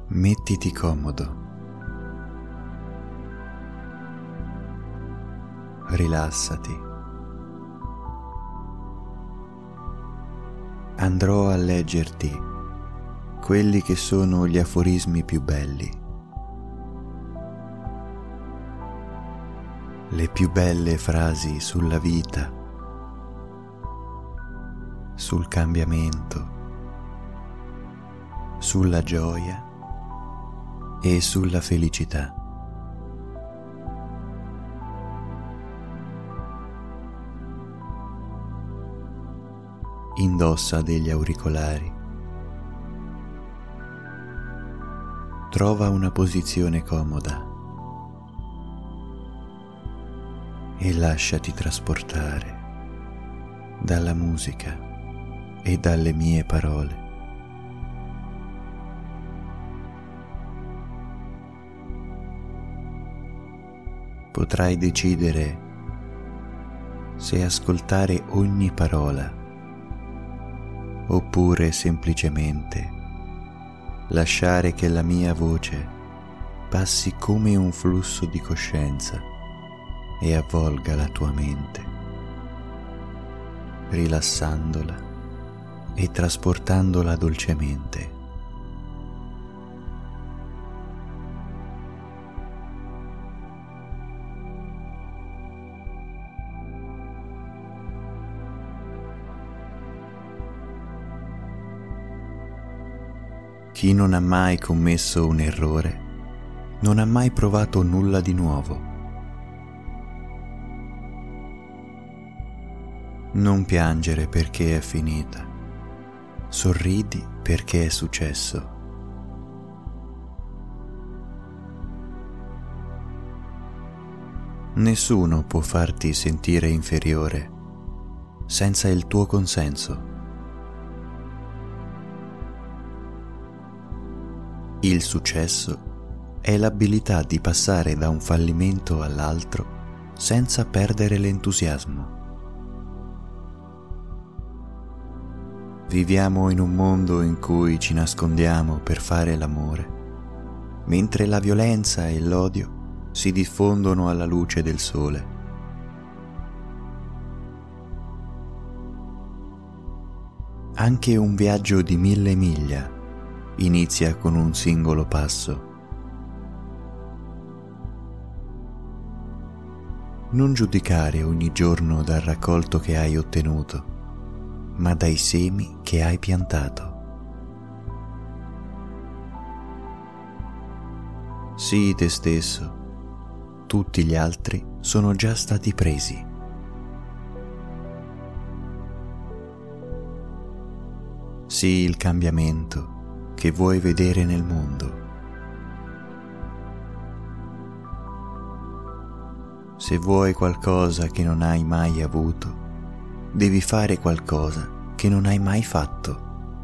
Mettiti comodo. Rilassati. Andrò a leggerti quelli che sono gli aforismi più belli, le più belle frasi sulla vita, sul cambiamento, sulla gioia e sulla felicità. Indossa degli auricolari. Trova una posizione comoda e lasciati trasportare dalla musica e dalle mie parole. Potrai decidere se ascoltare ogni parola oppure semplicemente lasciare che la mia voce passi come un flusso di coscienza e avvolga la tua mente, rilassandola e trasportandola dolcemente. Chi non ha mai commesso un errore non ha mai provato nulla di nuovo. Non piangere perché è finita, sorridi perché è successo. Nessuno può farti sentire inferiore senza il tuo consenso. Il successo è l'abilità di passare da un fallimento all'altro senza perdere l'entusiasmo. Viviamo in un mondo in cui ci nascondiamo per fare l'amore, mentre la violenza e l'odio si diffondono alla luce del sole. Anche un viaggio di 1000 miglia inizia con un singolo passo. Non giudicare ogni giorno dal raccolto che hai ottenuto, ma dai semi che hai piantato. Sii te stesso, tutti gli altri sono già stati presi. Sii il cambiamento che vuoi vedere nel mondo. Se vuoi qualcosa che non hai mai avuto, devi fare qualcosa che non hai mai fatto.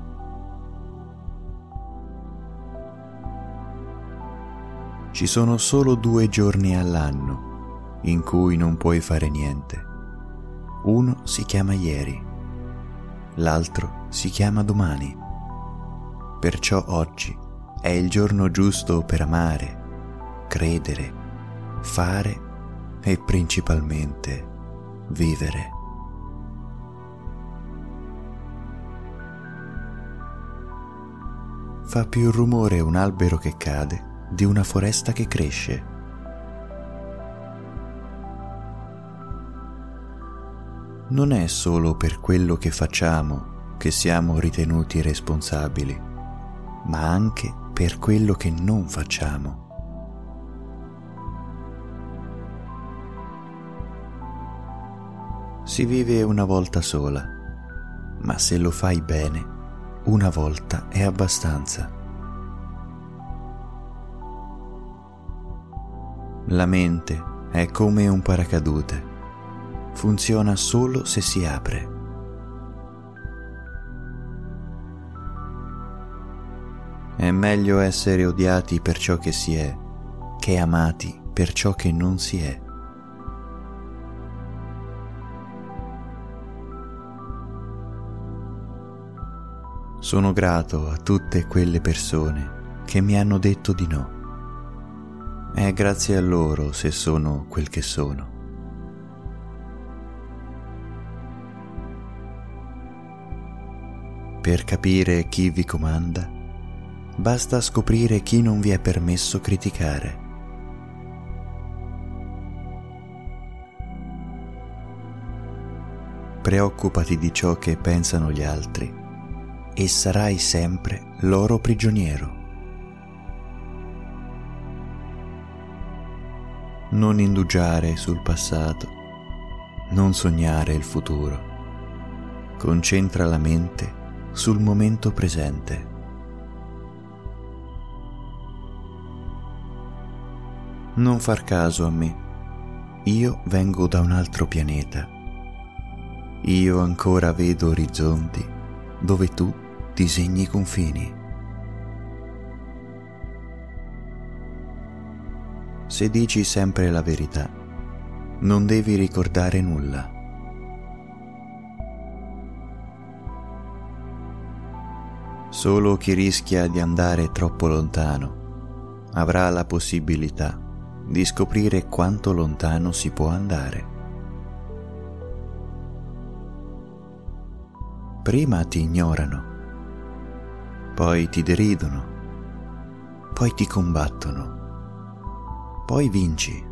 Ci sono solo 2 giorni all'anno in cui non puoi fare niente. Uno si chiama ieri, l'altro si chiama domani. Perciò oggi è il giorno giusto per amare, credere, fare e principalmente vivere. Fa più rumore un albero che cade di una foresta che cresce. Non è solo per quello che facciamo che siamo ritenuti responsabili, ma anche per quello che non facciamo. Si vive una volta sola, ma se lo fai bene, una volta è abbastanza. La mente è come un paracadute, funziona solo se si apre. È meglio essere odiati per ciò che si è, che amati per ciò che non si è. Sono grato a tutte quelle persone che mi hanno detto di no. È grazie a loro se sono quel che sono. Per capire chi vi comanda, basta scoprire chi non vi è permesso criticare. Preoccupati di ciò che pensano gli altri e sarai sempre loro prigioniero. Non indugiare sul passato, non sognare il futuro. Concentra la mente sul momento presente. Non far caso a me, io vengo da un altro pianeta. Io ancora vedo orizzonti dove tu disegni i confini. Se dici sempre la verità, non devi ricordare nulla. Solo chi rischia di andare troppo lontano avrà la possibilità di scoprire quanto lontano si può andare. Prima ti ignorano, poi ti deridono, poi ti combattono, poi vinci.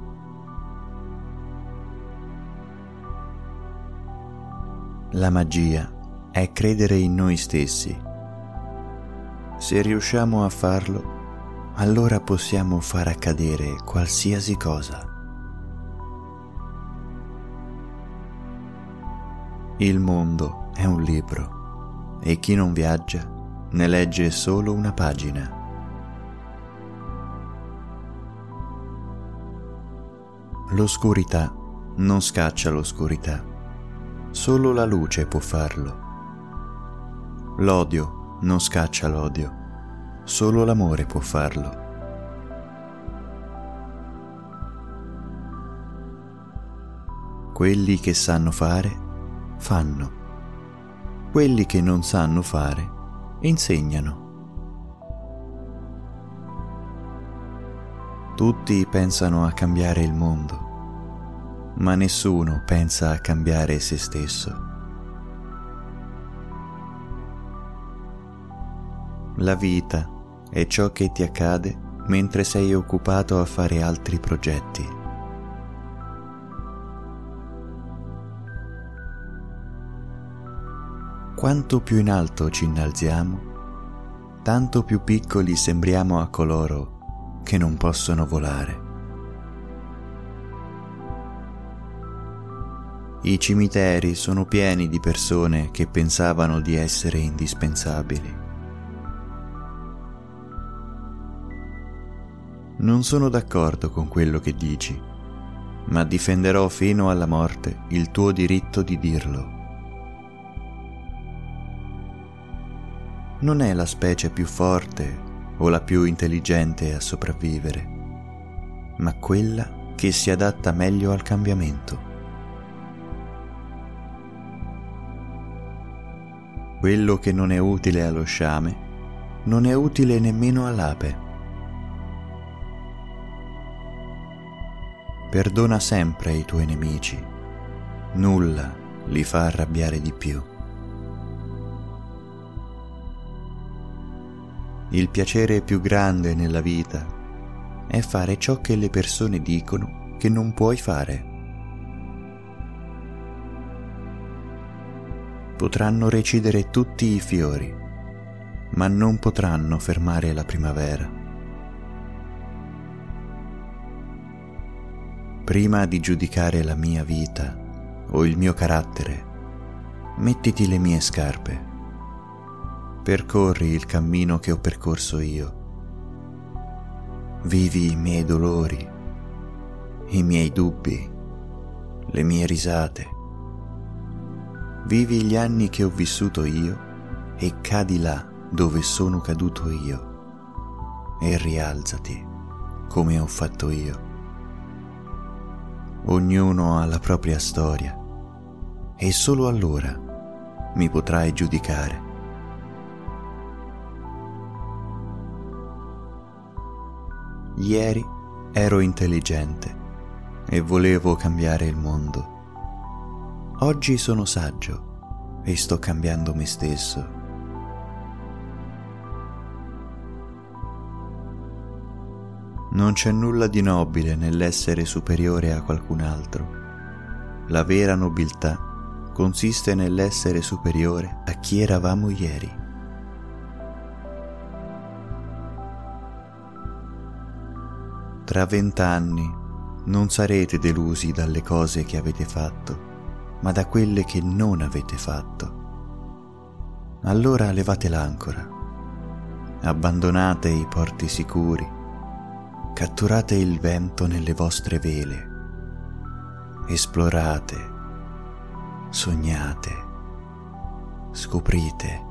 La magia è credere in noi stessi. Se riusciamo a farlo, allora possiamo far accadere qualsiasi cosa. Il mondo è un libro e chi non viaggia ne legge solo una pagina. L'oscurità non scaccia l'oscurità, solo la luce può farlo. L'odio non scaccia l'odio, solo l'amore può farlo. Quelli che sanno fare, fanno. Quelli che non sanno fare, insegnano. Tutti pensano a cambiare il mondo, ma nessuno pensa a cambiare se stesso. La vita è ciò che ti accade mentre sei occupato a fare altri progetti. Quanto più in alto ci innalziamo, tanto più piccoli sembriamo a coloro che non possono volare. I cimiteri sono pieni di persone che pensavano di essere indispensabili. Non sono d'accordo con quello che dici, ma difenderò fino alla morte il tuo diritto di dirlo. Non è la specie più forte o la più intelligente a sopravvivere, ma quella che si adatta meglio al cambiamento. Quello che non è utile allo sciame non è utile nemmeno all'ape. Perdona sempre i tuoi nemici, nulla li fa arrabbiare di più. Il piacere più grande nella vita è fare ciò che le persone dicono che non puoi fare. Potranno recidere tutti i fiori, ma non potranno fermare la primavera. Prima di giudicare la mia vita o il mio carattere, mettiti le mie scarpe. Percorri il cammino che ho percorso io. Vivi i miei dolori, i miei dubbi, le mie risate. Vivi gli anni che ho vissuto io e cadi là dove sono caduto io e rialzati come ho fatto io. Ognuno ha la propria storia e solo allora mi potrai giudicare. Ieri ero intelligente e volevo cambiare il mondo. Oggi sono saggio e sto cambiando me stesso. Non c'è nulla di nobile nell'essere superiore a qualcun altro. La vera nobiltà consiste nell'essere superiore a chi eravamo ieri. Tra 20 anni non sarete delusi dalle cose che avete fatto, ma da quelle che non avete fatto. Allora levate l'ancora, abbandonate i porti sicuri, catturate il vento nelle vostre vele, esplorate, sognate, scoprite.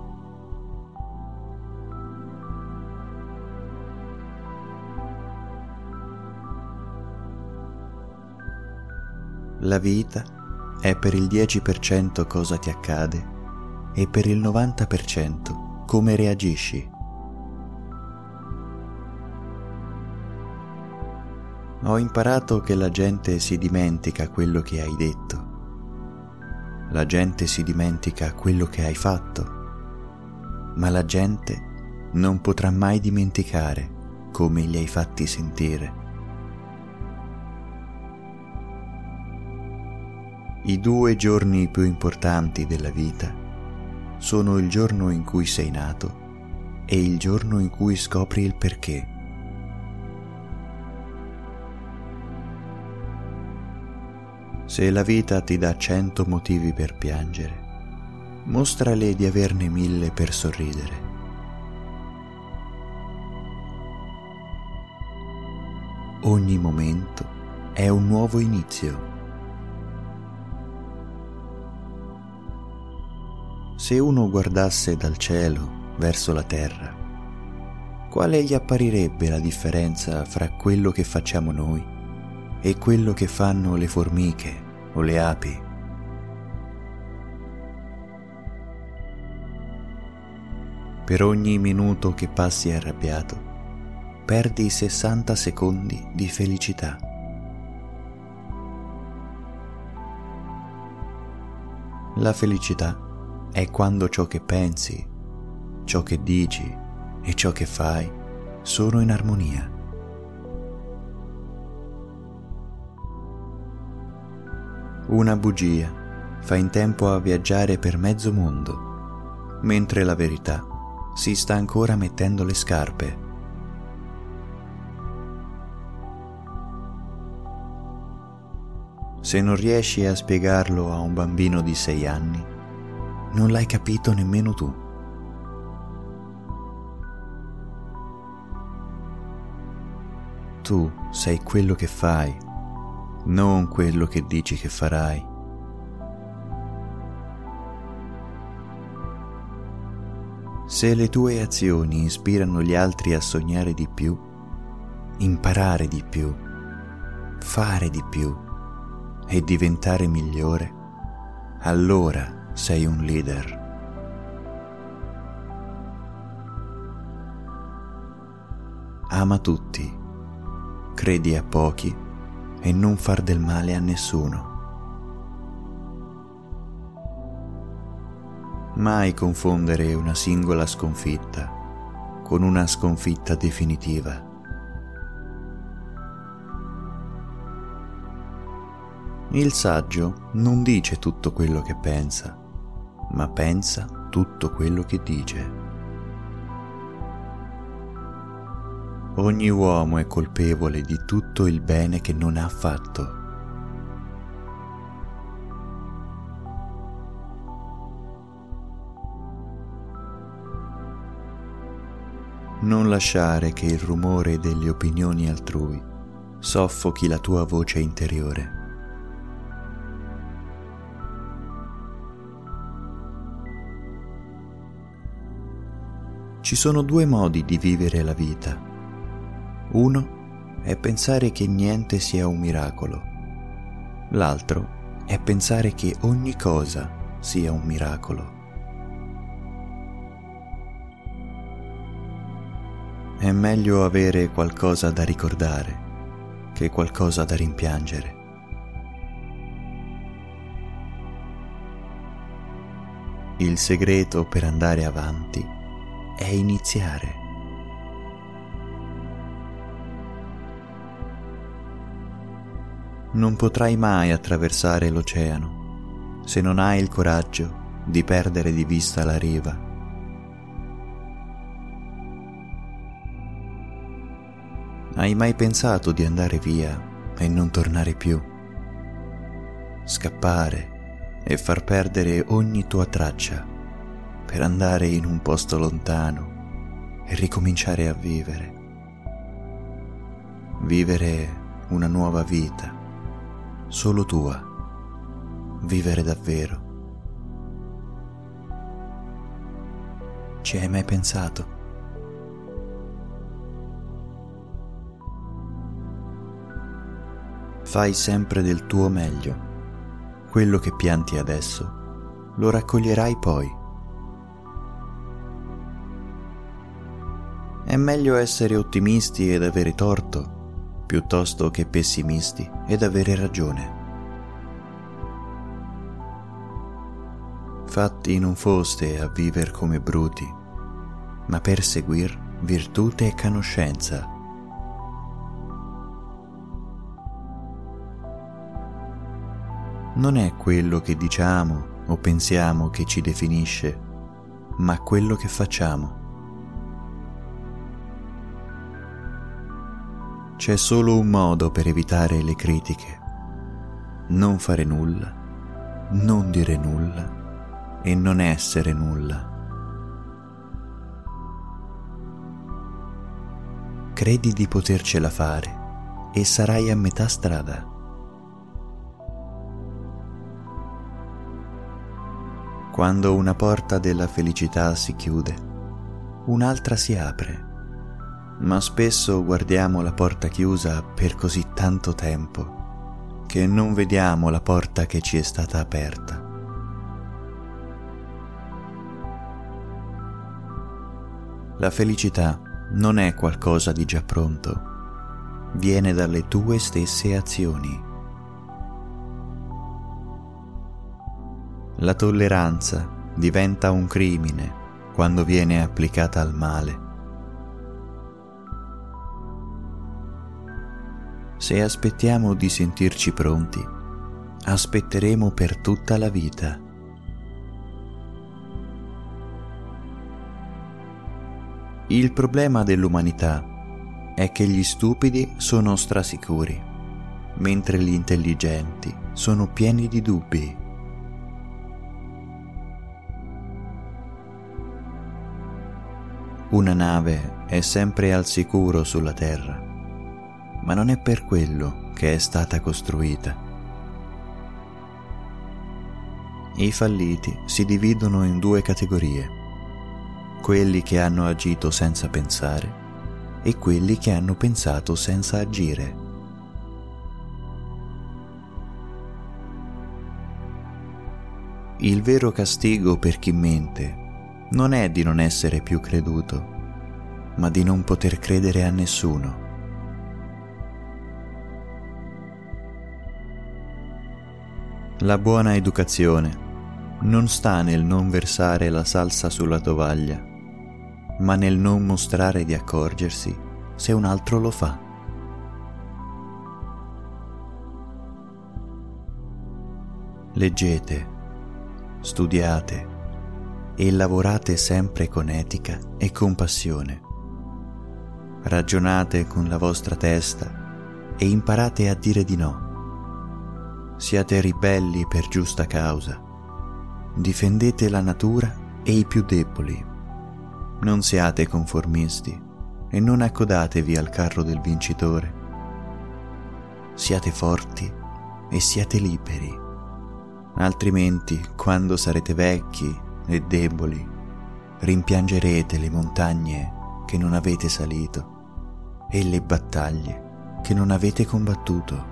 La vita è per il 10% cosa ti accade e per il 90% come reagisci. Ho imparato che la gente si dimentica quello che hai detto. La gente si dimentica quello che hai fatto, ma la gente non potrà mai dimenticare come li hai fatti sentire. I 2 giorni più importanti della vita sono il giorno in cui sei nato e il giorno in cui scopri il perché. Se la vita ti dà 100 motivi per piangere, mostrale di averne 1000 per sorridere. Ogni momento è un nuovo inizio. Se uno guardasse dal cielo verso la terra, quale gli apparirebbe la differenza fra quello che facciamo noi e quello che fanno le formiche o le api? Per ogni minuto che passi arrabbiato, perdi 60 secondi di felicità. La felicità è quando ciò che pensi, ciò che dici e ciò che fai sono in armonia. Una bugia fa in tempo a viaggiare per mezzo mondo, mentre la verità si sta ancora mettendo le scarpe. Se non riesci a spiegarlo a un bambino di 6 anni, non l'hai capito nemmeno tu. Tu sei quello che fai, non quello che dici che farai. Se le tue azioni ispirano gli altri a sognare di più, imparare di più, fare di più e diventare migliore, allora sei un leader. Ama tutti, credi a pochi e non far del male a nessuno. Mai confondere una singola sconfitta con una sconfitta definitiva. Il saggio non dice tutto quello che pensa, ma pensa tutto quello che dice. Ogni uomo è colpevole di tutto il bene che non ha fatto. Non lasciare che il rumore delle opinioni altrui soffochi la tua voce interiore. Ci sono 2 modi di vivere la vita. Uno è pensare che niente sia un miracolo. L'altro è pensare che ogni cosa sia un miracolo. È meglio avere qualcosa da ricordare che qualcosa da rimpiangere. Il segreto per andare avanti è iniziare. Non potrai mai attraversare l'oceano se non hai il coraggio di perdere di vista la riva. Hai mai pensato di andare via e non tornare più? Scappare e far perdere ogni tua traccia per andare in un posto lontano e ricominciare a vivere. Vivere una nuova vita, solo tua. Vivere davvero. Ci hai mai pensato? Fai sempre del tuo meglio. Quello che pianti adesso lo raccoglierai poi. È meglio essere ottimisti ed avere torto, piuttosto che pessimisti ed avere ragione. Fatti non foste a viver come bruti, ma per seguir virtute e conoscenza. Non è quello che diciamo o pensiamo che ci definisce, ma quello che facciamo. C'è solo un modo per evitare le critiche: non fare nulla, non dire nulla e non essere nulla. Credi di potercela fare e sarai a metà strada. Quando una porta della felicità si chiude, un'altra si apre, ma spesso guardiamo la porta chiusa per così tanto tempo che non vediamo la porta che ci è stata aperta. La felicità non è qualcosa di già pronto, viene dalle tue stesse azioni. La tolleranza diventa un crimine quando viene applicata al male. Se aspettiamo di sentirci pronti, aspetteremo per tutta la vita. Il problema dell'umanità è che gli stupidi sono strasicuri, mentre gli intelligenti sono pieni di dubbi. Una nave è sempre al sicuro sulla terra, ma non è per quello che è stata costruita. I falliti si dividono in due categorie: quelli che hanno agito senza pensare e quelli che hanno pensato senza agire. Il vero castigo per chi mente non è di non essere più creduto, ma di non poter credere a nessuno. La buona educazione non sta nel non versare la salsa sulla tovaglia, ma nel non mostrare di accorgersi se un altro lo fa. Leggete, studiate e lavorate sempre con etica e compassione. Ragionate con la vostra testa e imparate a dire di no. Siate ribelli per giusta causa. Difendete la natura e i più deboli. Non siate conformisti e non accodatevi al carro del vincitore. Siate forti e siate liberi. Altrimenti, quando sarete vecchi e deboli, rimpiangerete le montagne che non avete salito e le battaglie che non avete combattuto.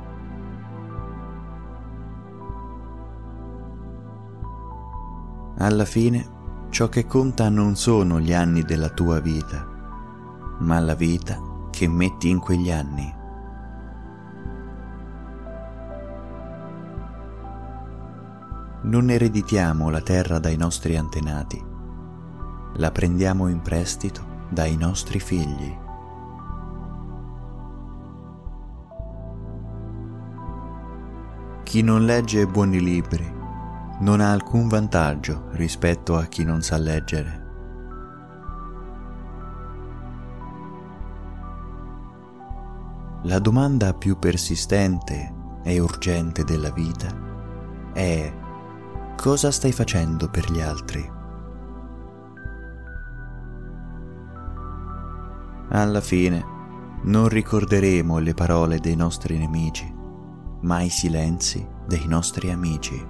Alla fine, ciò che conta non sono gli anni della tua vita, ma la vita che metti in quegli anni. Non ereditiamo la terra dai nostri antenati, la prendiamo in prestito dai nostri figli. Chi non legge buoni libri non ha alcun vantaggio rispetto a chi non sa leggere. La domanda più persistente e urgente della vita è: cosa stai facendo per gli altri? Alla fine non ricorderemo le parole dei nostri nemici, ma i silenzi dei nostri amici.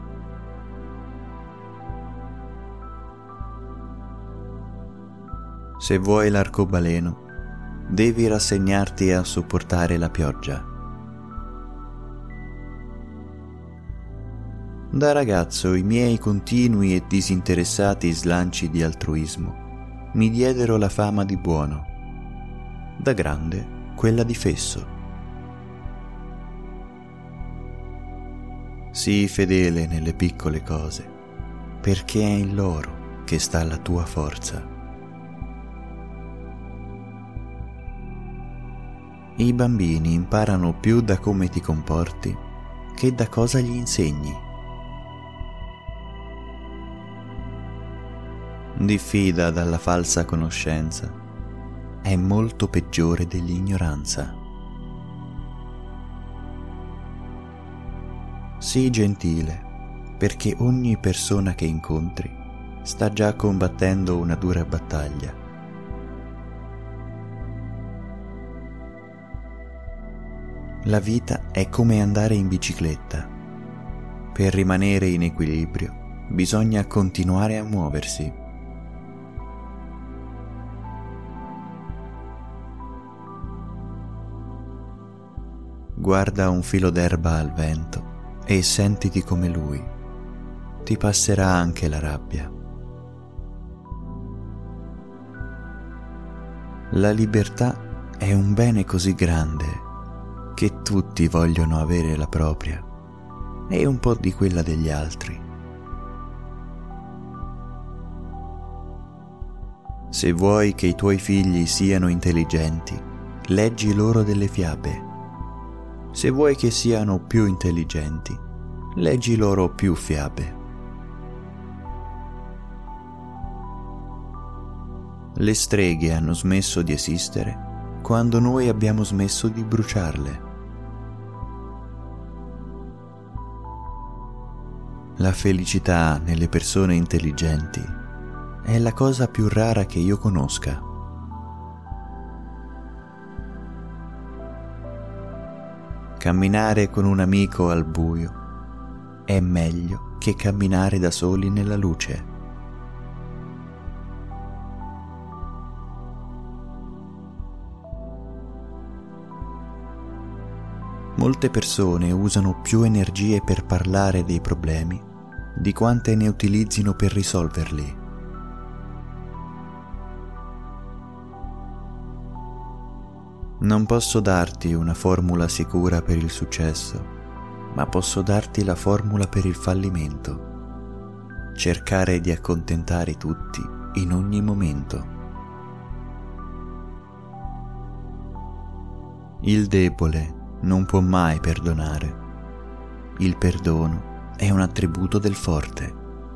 Se vuoi l'arcobaleno, devi rassegnarti a sopportare la pioggia. Da ragazzo i miei continui e disinteressati slanci di altruismo mi diedero la fama di buono, da grande quella di fesso. Sii fedele nelle piccole cose, perché è in loro che sta la tua forza. I bambini imparano più da come ti comporti che da cosa gli insegni. Diffida dalla falsa conoscenza, è molto peggiore dell'ignoranza. Sii gentile, perché ogni persona che incontri sta già combattendo una dura battaglia. La vita è come andare in bicicletta. Per rimanere in equilibrio bisogna continuare a muoversi. Guarda un filo d'erba al vento e sentiti come lui. Ti passerà anche la rabbia. La libertà è un bene così grande che tutti vogliono avere la propria e un po' di quella degli altri. Se vuoi che i tuoi figli siano intelligenti, leggi loro delle fiabe. Se vuoi che siano più intelligenti, leggi loro più fiabe. Le streghe hanno smesso di esistere quando noi abbiamo smesso di bruciarle. La felicità nelle persone intelligenti è la cosa più rara che io conosca. Camminare con un amico al buio è meglio che camminare da soli nella luce. Molte persone usano più energie per parlare dei problemi di quante ne utilizzino per risolverli. Non posso darti una formula sicura per il successo, ma posso darti la formula per il fallimento. Cercare di accontentare tutti in ogni momento. Il debole non può mai perdonare. Il perdono è un attributo del forte.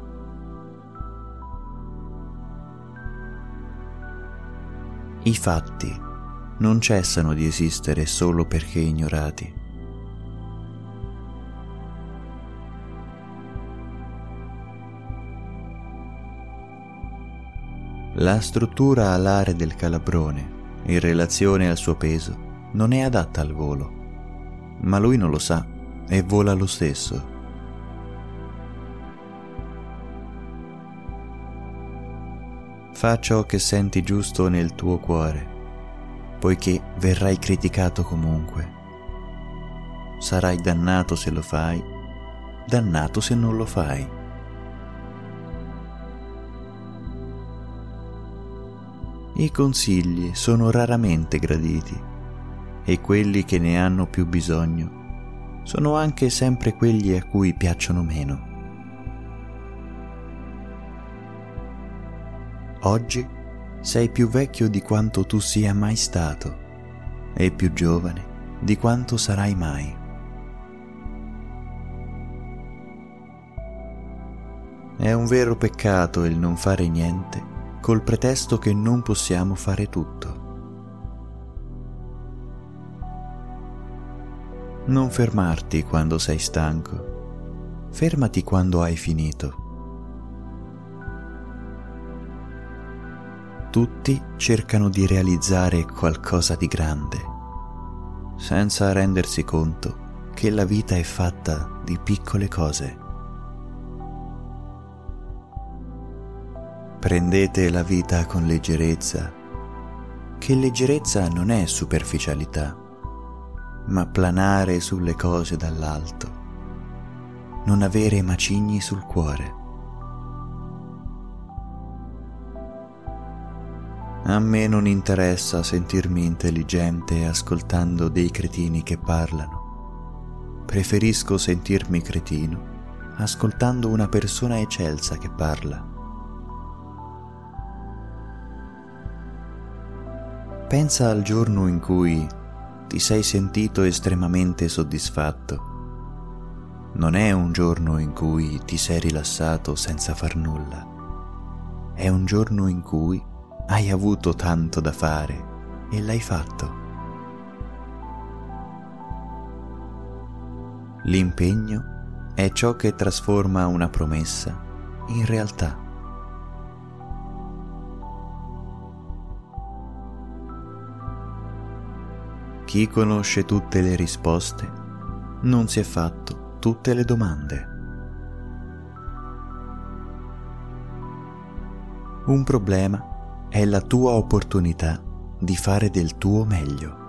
I fatti non cessano di esistere solo perché ignorati. La struttura alare del calabrone, in relazione al suo peso, non è adatta al volo, ma lui non lo sa e vola lo stesso. Fa ciò che senti giusto nel tuo cuore, poiché verrai criticato comunque. Sarai dannato se lo fai, dannato se non lo fai. I consigli sono raramente graditi e quelli che ne hanno più bisogno sono anche sempre quelli a cui piacciono meno. Oggi sei più vecchio di quanto tu sia mai stato e più giovane di quanto sarai mai. È un vero peccato il non fare niente col pretesto che non possiamo fare tutto. Non fermarti quando sei stanco, fermati quando hai finito. Tutti cercano di realizzare qualcosa di grande, senza rendersi conto che la vita è fatta di piccole cose. Prendete la vita con leggerezza, che leggerezza non è superficialità, ma planare sulle cose dall'alto, non avere macigni sul cuore. A me non interessa sentirmi intelligente ascoltando dei cretini che parlano. Preferisco sentirmi cretino ascoltando una persona eccelsa che parla. Pensa al giorno in cui ti sei sentito estremamente soddisfatto. Non è un giorno in cui ti sei rilassato senza far nulla. È un giorno in cui hai avuto tanto da fare e l'hai fatto. L'impegno è ciò che trasforma una promessa in realtà. Chi conosce tutte le risposte non si è fatto tutte le domande. Un problema è la tua opportunità di fare del tuo meglio.